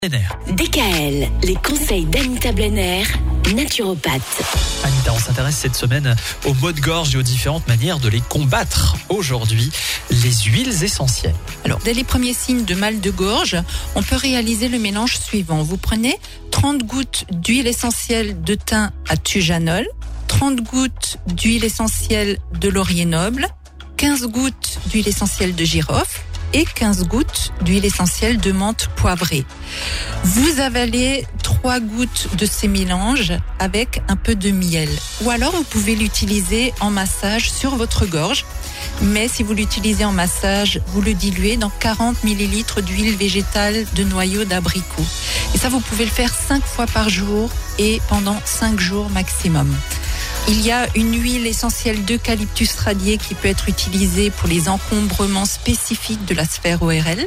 DKL, les conseils d'Anita Blenner, naturopathe. Anita, on s'intéresse cette semaine aux maux de gorge et aux différentes manières de les combattre. Aujourd'hui, les huiles essentielles. Alors, dès les premiers signes de mal de gorge, on peut réaliser le mélange suivant. Vous prenez 30 gouttes d'huile essentielle de thym à tujanol, 30 gouttes d'huile essentielle de laurier noble, 15 gouttes d'huile essentielle de girofle, et 15 gouttes d'huile essentielle de menthe poivrée. Vous avalez 3 gouttes de ces mélanges avec un peu de miel. Ou alors vous pouvez l'utiliser en massage sur votre gorge. Mais si vous l'utilisez en massage, vous le diluez dans 40 ml d'huile végétale de noyaux d'abricot. Et ça, vous pouvez le faire 5 fois par jour et pendant 5 jours maximum. Il y a une huile essentielle d'eucalyptus radié qui peut être utilisée pour les encombrements spécifiques de la sphère ORL.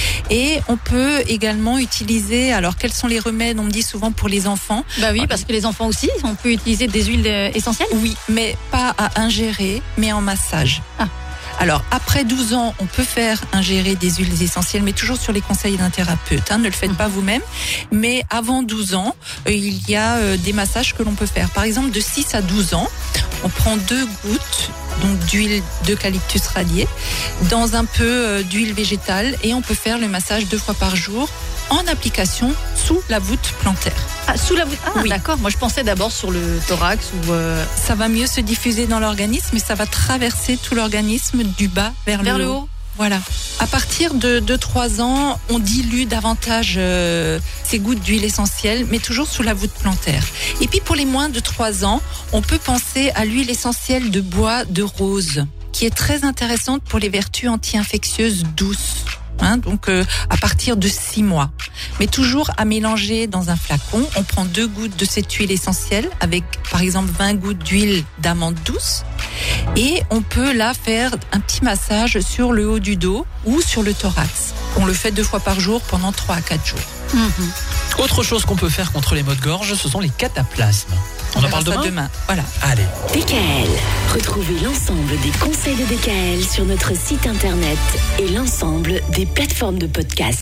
Et on peut également utiliser, alors quels sont les remèdes, on me dit souvent pour les enfants. Bah oui, parce que les enfants aussi, on peut utiliser des huiles essentielles. Oui, mais pas à ingérer, mais en massage. Ah. Alors, après 12 ans, on peut faire ingérer des huiles essentielles, mais toujours sur les conseils d'un thérapeute. Ne le faites pas vous-même. Mais avant 12 ans, il y a des massages que l'on peut faire. Par exemple, de 6 à 12 ans, on prend 2 gouttes donc d'huile d'eucalyptus radié dans un peu d'huile végétale et on peut faire le massage 2 fois par jour en application sous la voûte plantaire. Ah, sous la voûte. Ah, oui. D'accord. Moi, je pensais d'abord sur le thorax ou. Ça va mieux se diffuser dans l'organisme et ça va traverser tout l'organisme du bas vers le haut. Voilà. À partir de 3 ans, on dilue davantage ces gouttes d'huile essentielle, mais toujours sous la voûte plantaire. Et puis pour les moins de 3 ans, on peut penser à l'huile essentielle de bois de rose, qui est très intéressante pour les vertus anti-infectieuses douces. Donc à partir de 6 mois. Mais toujours à mélanger dans un flacon. On prend 2 gouttes de cette huile essentielle avec par exemple 20 gouttes d'huile d'amande douce. Et on peut là faire un petit massage sur le haut du dos ou sur le thorax. On le fait 2 fois par jour pendant 3 à 4 jours. Autre chose qu'on peut faire contre les maux de gorge, ce sont les cataplasmes. On en parle demain. Voilà. Allez. DKL, retrouvez l'ensemble des conseils de DKL sur notre site internet et l'ensemble des plateformes de podcast.